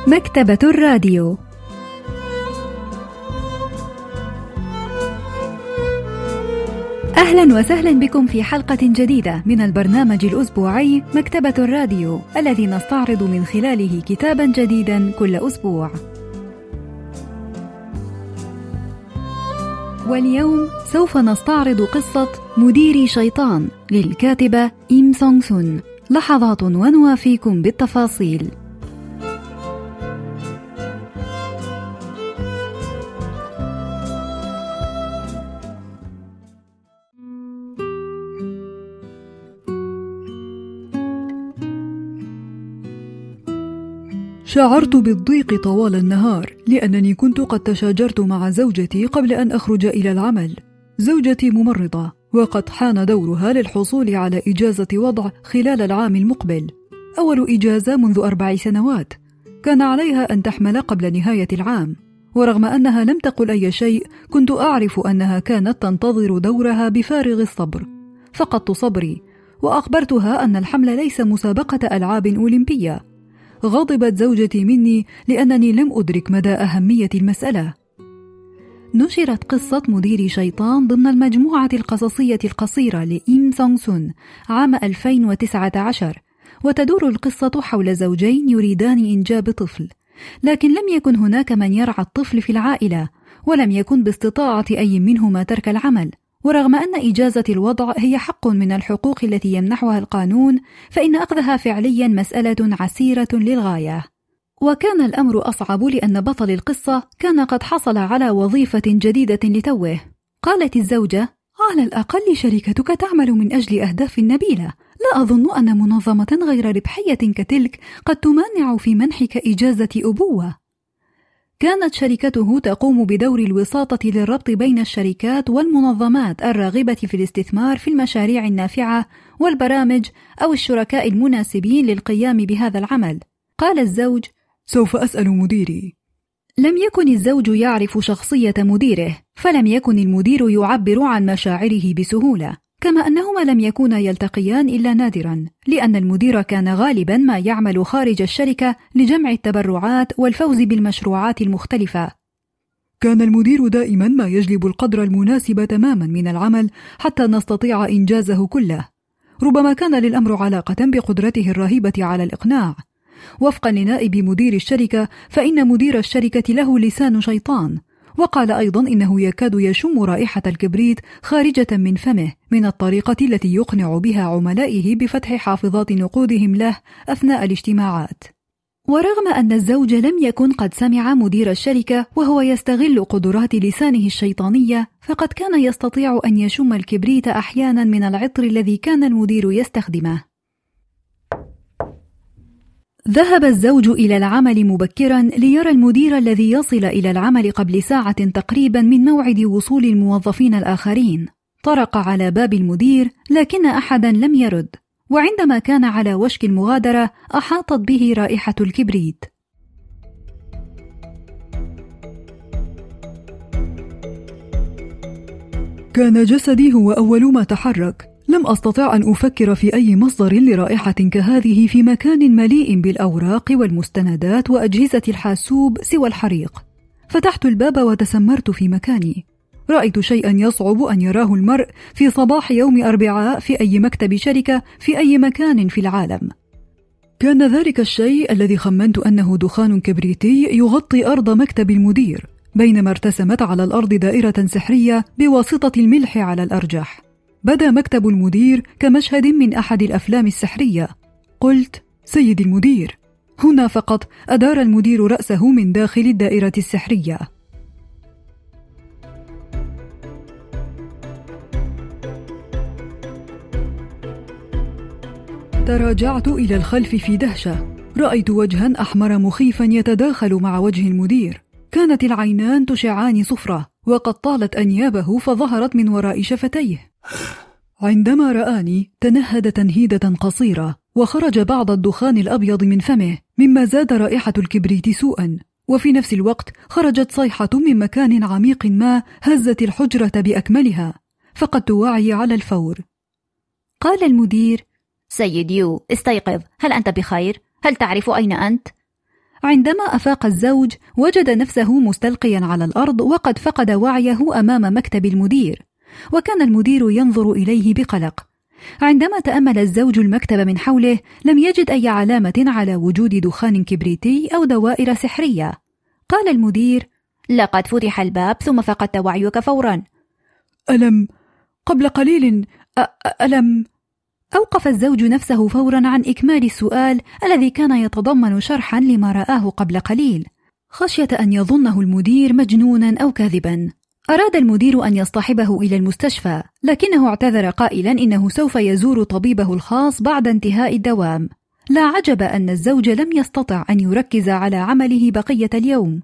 مكتبة الراديو. أهلا وسهلا بكم في حلقة جديدة من البرنامج الأسبوعي مكتبة الراديو، الذي نستعرض من خلاله كتابا جديدا كل أسبوع. واليوم سوف نستعرض قصة مديري شيطان للكاتبة إيم سونغ سون. لحظات ونوافيكم بالتفاصيل. شعرت بالضيق طوال النهار لأنني كنت قد تشاجرت مع زوجتي قبل أن أخرج إلى العمل. زوجتي ممرضة، وقد حان دورها للحصول على إجازة وضع خلال العام المقبل، أول إجازة منذ 4 سنوات. كان عليها أن تحمل قبل نهاية العام، ورغم أنها لم تقل أي شيء كنت أعرف أنها كانت تنتظر دورها بفارغ الصبر. فقدت صبري وأخبرتها أن الحمل ليس مسابقة ألعاب أولمبية. غضبت زوجتي مني لأنني لم أدرك مدى أهمية المسألة. نشرت قصة مديري شيطان ضمن المجموعة القصصية القصيرة لإيم سونغ سون عام 2019، وتدور القصة حول زوجين يريدان إنجاب طفل، لكن لم يكن هناك من يرعى الطفل في العائلة، ولم يكن باستطاعة أي منهما ترك العمل. ورغم أن إجازة الوضع هي حق من الحقوق التي يمنحها القانون، فإن أخذها فعليا مسألة عسيرة للغاية. وكان الأمر أصعب لأن بطل القصة كان قد حصل على وظيفة جديدة لتوه. قالت الزوجة: على الأقل شركتك تعمل من أجل أهداف نبيلة، لا أظن أن منظمة غير ربحية كتلك قد تمانع في منحك إجازة أبوة. كانت شركته تقوم بدور الوساطة للربط بين الشركات والمنظمات الراغبة في الاستثمار في المشاريع النافعة والبرامج أو الشركاء المناسبين للقيام بهذا العمل. قال الزوج: سوف أسأل مديري. لم يكن الزوج يعرف شخصية مديره، فلم يكن المدير يعبر عن مشاعره بسهولة، كما أنهما لم يكونا يلتقيان إلا نادرا، لأن المدير كان غالبا ما يعمل خارج الشركة لجمع التبرعات والفوز بالمشروعات المختلفة. كان المدير دائما ما يجلب القدر المناسب تماما من العمل حتى نستطيع إنجازه كله. ربما كان للأمر علاقة بقدرته الرهيبة على الإقناع. وفقا لنائب مدير الشركة، فإن مدير الشركة له لسان شيطان، وقال أيضا إنه يكاد يشم رائحة الكبريت خارجة من فمه من الطريقة التي يقنع بها عملائه بفتح حافظات نقودهم له أثناء الاجتماعات. ورغم أن الزوج لم يكن قد سمع مدير الشركة وهو يستغل قدرات لسانه الشيطانية، فقد كان يستطيع أن يشم الكبريت أحيانا من العطر الذي كان المدير يستخدمه. ذهب الزوج إلى العمل مبكرا ليرى المدير الذي يصل إلى العمل قبل ساعة تقريبا من موعد وصول الموظفين الآخرين. طرق على باب المدير لكن أحدا لم يرد، وعندما كان على وشك المغادرة أحاطت به رائحة الكبريت. كان جسدي هو أول ما تحرك. لم أستطع أن أفكر في أي مصدر لرائحة كهذه في مكان مليء بالأوراق والمستندات وأجهزة الحاسوب سوى الحريق. فتحت الباب وتسمرت في مكاني. رأيت شيئا يصعب أن يراه المرء في صباح يوم أربعاء في أي مكتب شركة في أي مكان في العالم. كان ذلك الشيء الذي خمنت أنه دخان كبريتي يغطي أرض مكتب المدير، بينما ارتسمت على الأرض دائرة سحرية بواسطة الملح على الأرجح. بدأ مكتب المدير كمشهد من أحد الأفلام السحرية. قلت: سيد المدير. هنا فقط أدار المدير رأسه من داخل الدائرة السحرية. تراجعت إلى الخلف في دهشة. رأيت وجها أحمر مخيفا يتداخل مع وجه المدير. كانت العينان تشعان صفرة، وقد طالت أنيابه فظهرت من وراء شفتيه. عندما رآني تنهد تنهيدة قصيرة، وخرج بعض الدخان الأبيض من فمه مما زاد رائحة الكبريت سوءا، وفي نفس الوقت خرجت صيحة من مكان عميق ما هزت الحجرة بأكملها. فقدت وعي على الفور. قال المدير: سيد يو، استيقظ، هل أنت بخير؟ هل تعرف أين أنت؟ عندما أفاق الزوج وجد نفسه مستلقيا على الأرض وقد فقد وعيه أمام مكتب المدير، وكان المدير ينظر إليه بقلق. عندما تأمل الزوج المكتب من حوله لم يجد أي علامة على وجود دخان كبريتي أو دوائر سحرية. قال المدير: لقد فتح الباب ثم فقدت وعيك فورا. قبل قليل أوقف الزوج نفسه فورا عن إكمال السؤال الذي كان يتضمن شرحا لما رآه قبل قليل، خشية أن يظنه المدير مجنونا أو كاذبا. أراد المدير أن يصطحبه إلى المستشفى، لكنه اعتذر قائلا إنه سوف يزور طبيبه الخاص بعد انتهاء الدوام. لا عجب أن الزوج لم يستطع أن يركز على عمله بقية اليوم.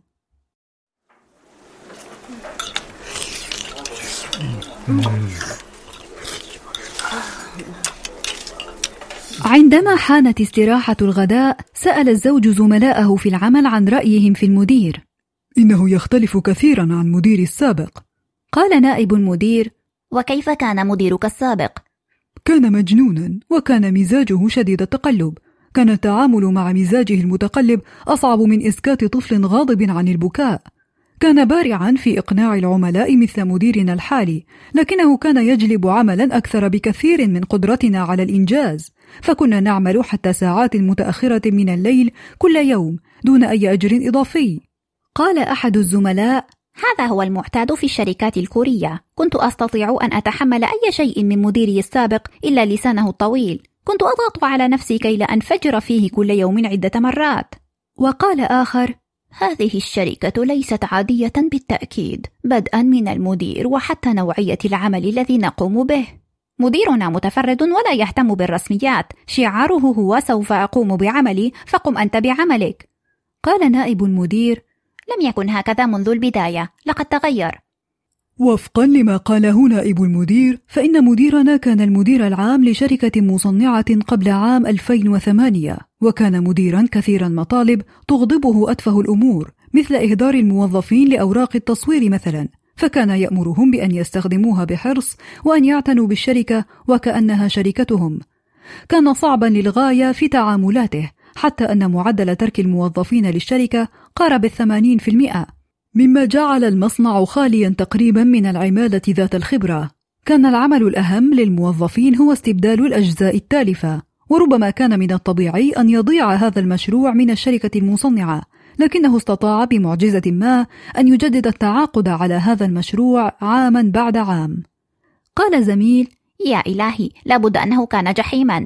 عندما حانت استراحة الغداء سأل الزوج زملائه في العمل عن رأيهم في المدير. إنه يختلف كثيرا عن مديري السابق. قال نائب المدير: وكيف كان مديرك السابق؟ كان مجنونا وكان مزاجه شديد التقلب. كان التعامل مع مزاجه المتقلب أصعب من إسكات طفل غاضب عن البكاء. كان بارعا في إقناع العملاء مثل مديرنا الحالي، لكنه كان يجلب عملا أكثر بكثير من قدرتنا على الإنجاز، فكنا نعمل حتى ساعات متأخرة من الليل كل يوم دون أي أجر إضافي. قال أحد الزملاء: هذا هو المعتاد في الشركات الكورية. كنت أستطيع أن أتحمل أي شيء من مديري السابق إلا لسانه الطويل. كنت أضغط على نفسي كي لا أنفجر فيه كل يوم عدة مرات. وقال آخر: هذه الشركة ليست عادية بالتأكيد، بدءا من المدير وحتى نوعية العمل الذي نقوم به. مديرنا متفرد ولا يهتم بالرسميات، شعاره هو سوف أقوم بعملي فقم أنت بعملك. قال نائب المدير: لم يكن هكذا منذ البداية، لقد تغير. وفقا لما قاله نائب المدير، فإن مديرنا كان المدير العام لشركة مصنعة قبل عام 2008، وكان مديرا كثير المطالب تغضبه أتفه الأمور، مثل إهدار الموظفين لأوراق التصوير مثلا، فكان يأمرهم بأن يستخدموها بحرص وأن يعتنوا بالشركة وكأنها شركتهم. كان صعبا للغاية في تعاملاته، حتى أن معدل ترك الموظفين للشركة قارب 80%، مما جعل المصنع خاليا تقريبا من العمالة ذات الخبرة. كان العمل الأهم للموظفين هو استبدال الأجزاء التالفة، وربما كان من الطبيعي أن يضيع هذا المشروع من الشركة المصنعة، لكنه استطاع بمعجزة ما أن يجدد التعاقد على هذا المشروع عاما بعد عام. قال زميل: يا إلهي، لابد أنه كان جحيما.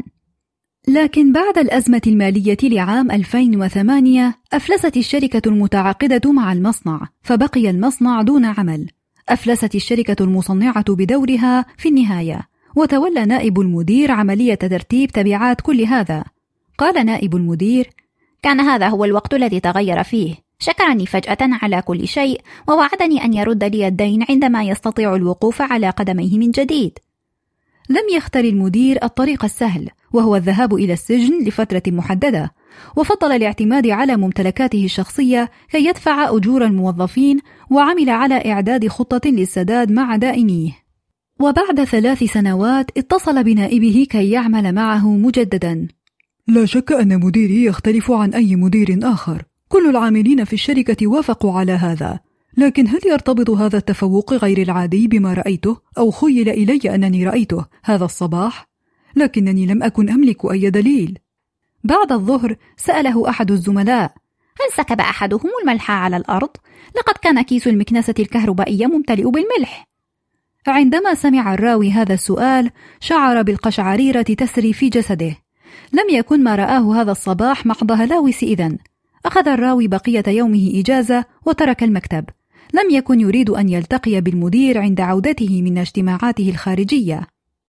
لكن بعد الأزمة المالية لعام 2008 أفلست الشركة المتعاقدة مع المصنع، فبقي المصنع دون عمل. أفلست الشركة المصنعة بدورها في النهاية، وتولى نائب المدير عملية ترتيب تبعات كل هذا. قال نائب المدير: كان هذا هو الوقت الذي تغير فيه. شكرني فجأة على كل شيء، ووعدني أن يرد لي الدين عندما يستطيع الوقوف على قدميه من جديد. لم يختر المدير الطريق السهل، وهو الذهاب إلى السجن لفترة محددة، وفضل الاعتماد على ممتلكاته الشخصية كي يدفع أجور الموظفين، وعمل على إعداد خطة للسداد مع دائنيه. وبعد 3 سنوات اتصل بنائبه كي يعمل معه مجددا. لا شك أن مديري يختلف عن أي مدير آخر، كل العاملين في الشركة وافقوا على هذا، لكن هل يرتبط هذا التفوق غير العادي بما رأيته أو خيل إلي أنني رأيته هذا الصباح؟ لكنني لم أكن أملك أي دليل. بعد الظهر سأله أحد الزملاء: هل سكب أحدهم الملح على الأرض؟ لقد كان كيس المكنسة الكهربائية ممتلئ بالملح. عندما سمع الراوي هذا السؤال شعر بالقشعريرة تسري في جسده. لم يكن ما رآه هذا الصباح محض هلاوس إذن. أخذ الراوي بقية يومه إجازة وترك المكتب. لم يكن يريد أن يلتقي بالمدير عند عودته من اجتماعاته الخارجية.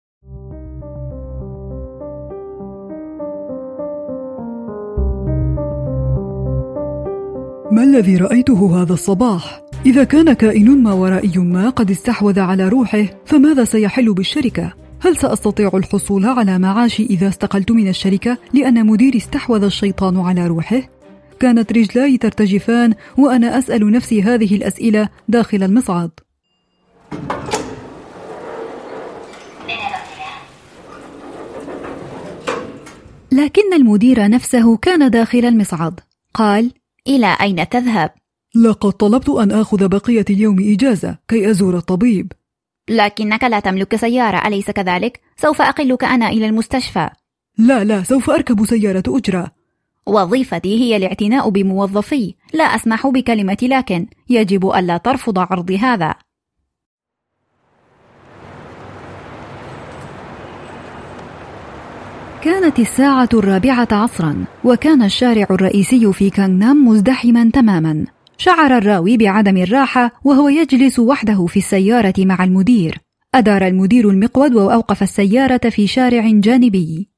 ما الذي رأيته هذا الصباح؟ إذا كان كائن ما ورائي ما قد استحوذ على روحه، فماذا سيحل بالشركة؟ هل سأستطيع الحصول على معاشي إذا استقلت من الشركة لأن مديري استحوذ الشيطان على روحه؟ كانت رجلاي ترتجفان وأنا أسأل نفسي هذه الأسئلة داخل المصعد. لكن المدير نفسه كان داخل المصعد. قال: إلى أين تذهب؟ لقد طلبت أن آخذ بقية اليوم إجازة كي أزور الطبيب. لكنك لا تملك سيارة، أليس كذلك؟ سوف أقلك أنا إلى المستشفى. لا، سوف أركب سيارة أجرة. وظيفتي هي الاعتناء بموظفي، لا أسمح بكلمة لكن. يجب ألا ترفض عرضي هذا. كانت الساعة 4 عصرا، وكان الشارع الرئيسي في كانغنام مزدحما تماما. شعر الراوي بعدم الراحة وهو يجلس وحده في السيارة مع المدير. أدار المدير المقود وأوقف السيارة في شارع جانبي.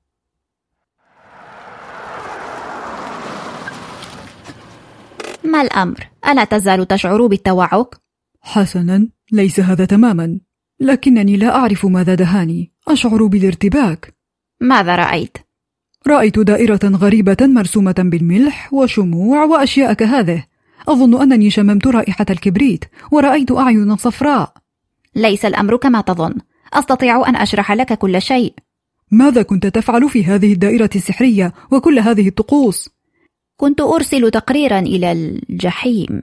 ما الأمر؟ ألا تزال تشعر بالتوعك؟ حسنا، ليس هذا تماما، لكنني لا أعرف ماذا دهاني. أشعر بالارتباك. ماذا رأيت؟ رأيت دائرة غريبة مرسومة بالملح وشموع وأشياء كهذه. أظن أنني شممت رائحة الكبريت ورأيت أعين صفراء. ليس الأمر كما تظن، أستطيع أن أشرح لك كل شيء. ماذا كنت تفعل في هذه الدائرة السحرية وكل هذه الطقوس؟ كنت أرسل تقريرا إلى الجحيم.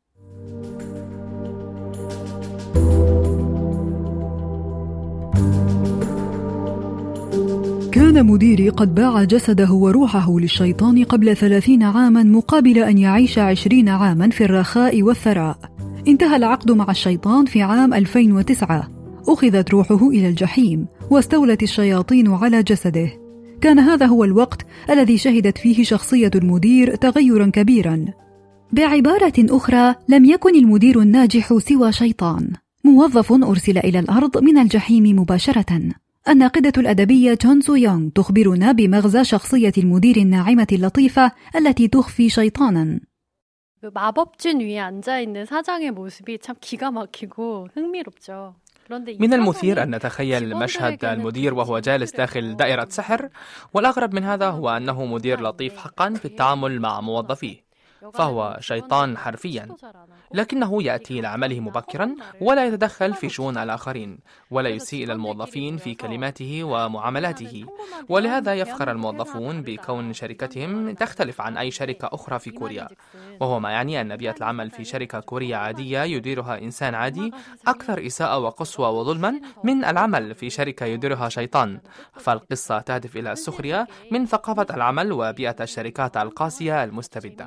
كان مديري قد باع جسده وروحه للشيطان قبل 30 عاما مقابل أن يعيش 20 عاما في الرخاء والثراء. انتهى العقد مع الشيطان في عام 2009. أخذت روحه إلى الجحيم واستولت الشياطين على جسده. كان هذا هو الوقت الذي شهدت فيه شخصية المدير تغيرا كبيرا. بعبارة أخرى، لم يكن المدير الناجح سوى شيطان، موظف أرسل إلى الأرض من الجحيم مباشرة. الناقدة الأدبية تون سو يونغ تخبرنا بمغزى شخصية المدير الناعمة اللطيفة التي تخفي شيطانا. 마법진 위에 앉아 있는 사장의 모습이 참 기가 막히고 흥미롭죠. من المثير أن نتخيل مشهد المدير وهو جالس داخل دائرة سحر، والأغرب من هذا هو أنه مدير لطيف حقا في التعامل مع موظفيه، فهو شيطان حرفيا، لكنه يأتي لعمله مبكرا ولا يتدخل في شؤون الآخرين ولا يسيء إلى الموظفين في كلماته ومعاملاته، ولهذا يفخر الموظفون بكون شركتهم تختلف عن أي شركة أخرى في كوريا، وهو ما يعني أن بيئة العمل في شركة كورية عادية يديرها إنسان عادي أكثر إساءة وقسوة وظلما من العمل في شركة يديرها شيطان. فالقصة تهدف إلى السخرية من ثقافة العمل وبيئة الشركات القاسية المستبدة.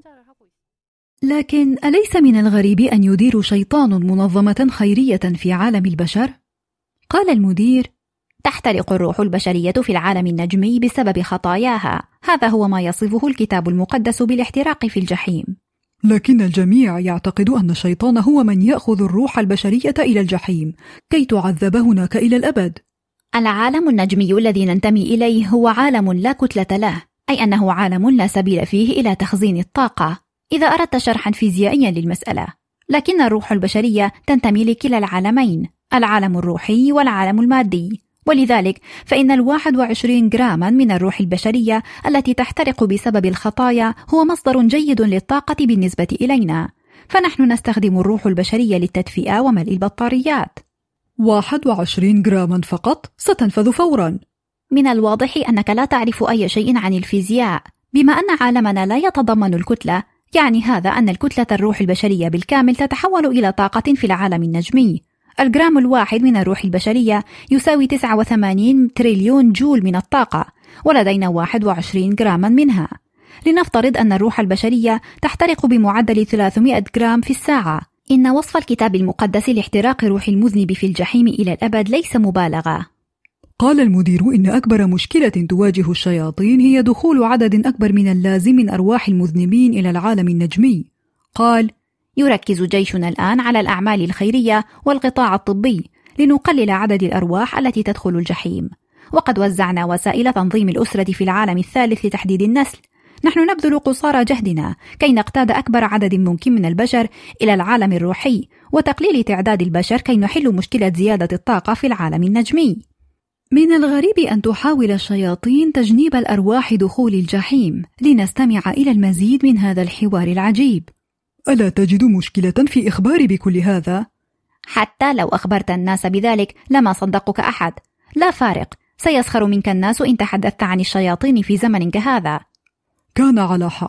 لكن أليس من الغريب أن يدير شيطان منظمة خيرية في عالم البشر؟ قال المدير: تحترق الروح البشرية في العالم النجمي بسبب خطاياها، هذا هو ما يصفه الكتاب المقدس بالاحتراق في الجحيم. لكن الجميع يعتقد أن الشيطان هو من يأخذ الروح البشرية إلى الجحيم كي تعذب هناك إلى الأبد. العالم النجمي الذي ننتمي إليه هو عالم لا كتلة له، أي أنه عالم لا سبيل فيه إلى تخزين الطاقة، إذا أردت شرحا فيزيائيا للمسألة. لكن الروح البشرية تنتمي لكلا العالمين، العالم الروحي والعالم المادي، ولذلك فإن 21 جراما من الروح البشرية التي تحترق بسبب الخطايا هو مصدر جيد للطاقة بالنسبة إلينا، فنحن نستخدم الروح البشرية للتدفئة وملء البطاريات. 21 جراما فقط ستنفذ فورا. من الواضح أنك لا تعرف أي شيء عن الفيزياء. بما أن عالمنا لا يتضمن الكتلة، يعني هذا أن الكتلة الروح البشرية بالكامل تتحول إلى طاقة في العالم النجمي. الجرام الواحد من الروح البشرية يساوي 89 تريليون جول من الطاقة، ولدينا 21 جراما منها. لنفترض أن الروح البشرية تحترق بمعدل 300 جرام في الساعة. إن وصف الكتاب المقدس لاحتراق روح المذنب في الجحيم إلى الأبد ليس مبالغة. قال المدير إن أكبر مشكلة تواجه الشياطين هي دخول عدد أكبر من اللازم من أرواح المذنبين إلى العالم النجمي. قال: يركز جيشنا الآن على الأعمال الخيرية والقطاع الطبي لنقلل عدد الأرواح التي تدخل الجحيم، وقد وزعنا وسائل تنظيم الأسرة في العالم الثالث لتحديد النسل. نحن نبذل قصارى جهدنا كي نقتاد أكبر عدد ممكن من البشر إلى العالم الروحي وتقليل تعداد البشر كي نحل مشكلة زيادة الطاقة في العالم النجمي. من الغريب أن تحاول الشياطين تجنيب الأرواح دخول الجحيم. لنستمع إلى المزيد من هذا الحوار العجيب. ألا تجد مشكلة في إخباري بكل هذا؟ حتى لو أخبرت الناس بذلك لما صدقك أحد. لا فارق، سيسخر منك الناس إن تحدثت عن الشياطين في زمن كهذا. كان على حق،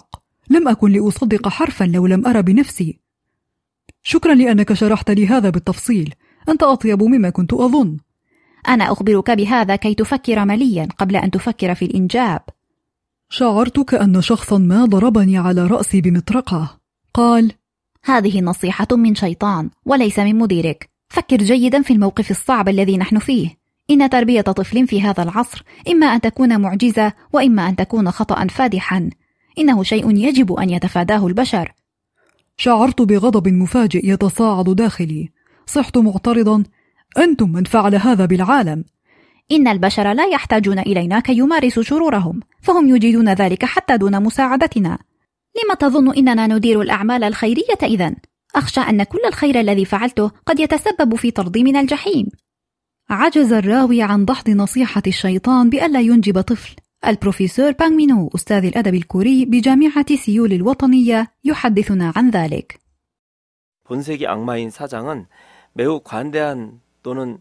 لم أكن لأصدق حرفا لو لم أرى بنفسي. شكرا لأنك شرحت لي هذا بالتفصيل، أنت أطيب مما كنت أظن. أنا أخبرك بهذا كي تفكر مليا قبل أن تفكر في الإنجاب. شعرت كأن شخصا ما ضربني على رأسي بمطرقة. قال: هذه نصيحة من شيطان وليس من مديرك. فكر جيدا في الموقف الصعب الذي نحن فيه. إن تربية طفل في هذا العصر إما أن تكون معجزة وإما أن تكون خطأ فادحا. إنه شيء يجب أن يتفاداه البشر. شعرت بغضب مفاجئ يتصاعد داخلي. صحت معترضا: أنتم من فعل هذا بالعالم. إن البشر لا يحتاجون إلينا كي يمارسوا شرورهم، فهم يجيدون ذلك حتى دون مساعدتنا. لما تظن إننا ندير الأعمال الخيرية إذن؟ أخشى أن كل الخير الذي فعلته قد يتسبب في طردي من الجحيم. عجز الراوي عن دحض نصيحة الشيطان بألا ينجب طفل. البروفيسور بانغ مينو أستاذ الأدب الكوري بجامعة سيول الوطنية يحدثنا عن ذلك. 본색이 악마인 사장은 매우 관대한 또는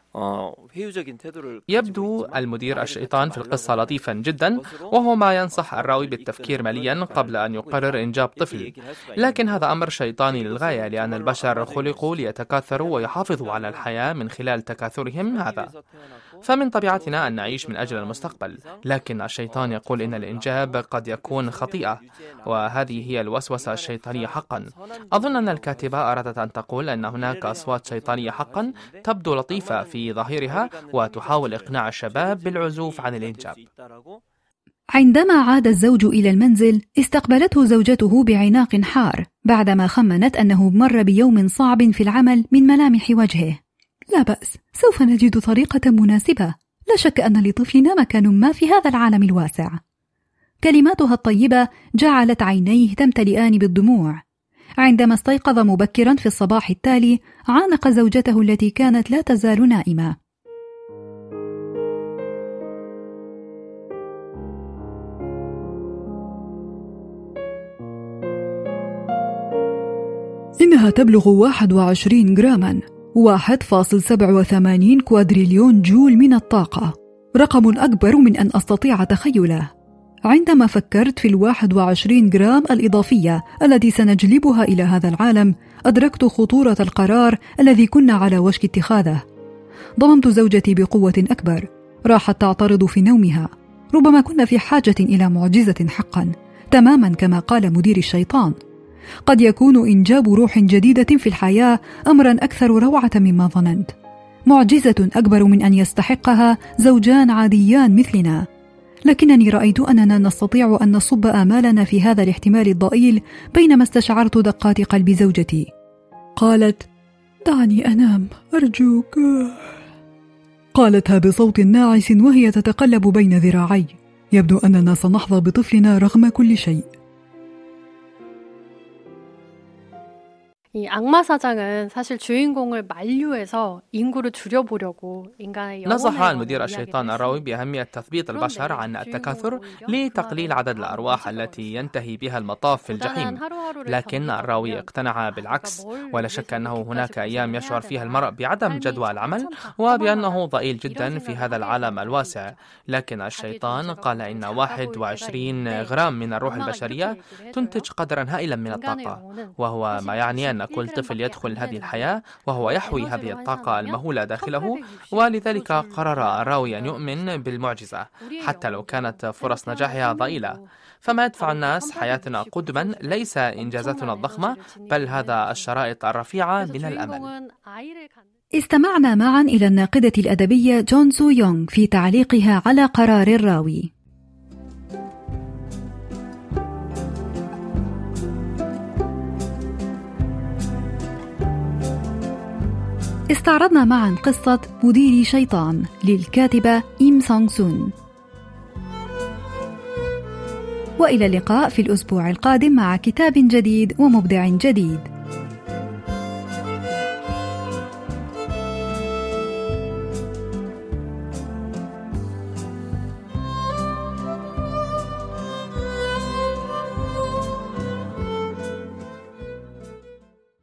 يبدو المدير الشيطان في القصة لطيفا جدا، وهو ما ينصح الراوي بالتفكير مليا قبل أن يقرر إنجاب طفل. لكن هذا أمر شيطاني للغاية، لأن البشر خلقوا ليتكاثروا ويحافظوا على الحياة من خلال تكاثرهم هذا. فمن طبيعتنا أن نعيش من أجل المستقبل، لكن الشيطان يقول إن الإنجاب قد يكون خطيئة، وهذه هي الوسوسة الشيطانية حقا. أظن أن الكاتبة أرادت أن تقول أن هناك أصوات شيطانية حقا تبدو لطيفة في ظاهرها وتحاول إقناع الشباب بالعزوف عن الإنجاب. عندما عاد الزوج إلى المنزل استقبلته زوجته بعناق حار بعدما خمنت أنه مر بيوم صعب في العمل من ملامح وجهه. لا بأس، سوف نجد طريقة مناسبة، لا شك أن لطفلنا مكان ما في هذا العالم الواسع. كلماتها الطيبة جعلت عينيه تمتلئان بالدموع. عندما استيقظ مبكرا في الصباح التالي عانق زوجته التي كانت لا تزال نائمة. إنها تبلغ 21 جراما، 1.87 كوادريليون جول من الطاقة، رقم أكبر من أن أستطيع تخيله. عندما فكرت في 21 جرام الإضافية التي سنجلبها إلى هذا العالم، أدركت خطورة القرار الذي كنا على وشك اتخاذه. ضممت زوجتي بقوة أكبر، راحت تعترض في نومها. ربما كنا في حاجة إلى معجزة حقا، تماما كما قال مدير الشيطان. قد يكون إنجاب روح جديدة في الحياة أمرا أكثر روعة مما ظننت، معجزة أكبر من أن يستحقها زوجان عاديان مثلنا. لكنني رأيت أننا نستطيع أن نصب آمالنا في هذا الاحتمال الضئيل بينما استشعرت دقات قلب زوجتي. قالت: دعني أنام أرجوك. قالتها بصوت ناعس وهي تتقلب بين ذراعي. يبدو أننا سنحظى بطفلنا رغم كل شيء. 이 악마 사장은 사실 주인공을 만류해서 인구를 줄여보려고 인간의 نصح المدير الشيطان الراوي بأهمية تثبيط البشر عن التكاثر لتقليل عدد الأرواح التي ينتهي بها المطاف في الجحيم. لكن الراوي اقتنع بالعكس، ولا شك أنه هناك أيام يشعر فيها المرء بعدم جدوى العمل وبأنه ضئيل جدا في هذا العالم الواسع. لكن الشيطان قال إن 21 غرام من الروح البشرية تنتج قدرا هائلا من الطاقة، وهو ما يعني أن كل طفل يدخل هذه الحياة وهو يحوي هذه الطاقة المهولة داخله. ولذلك قرر الراوي أن يؤمن بالمعجزة حتى لو كانت فرص نجاحها ضئيلة. فما يدفع الناس حياتنا قدما ليس إنجازاتنا الضخمة، بل هذا الشرائط الرفيعة من الأمل. استمعنا معا إلى الناقدة الأدبية جون سو يونغ في تعليقها على قرار الراوي. استعرضنا معا قصة مدير شيطان للكاتبة إيم سونغ سون. وإلى اللقاء في الأسبوع القادم مع كتاب جديد ومبدع جديد.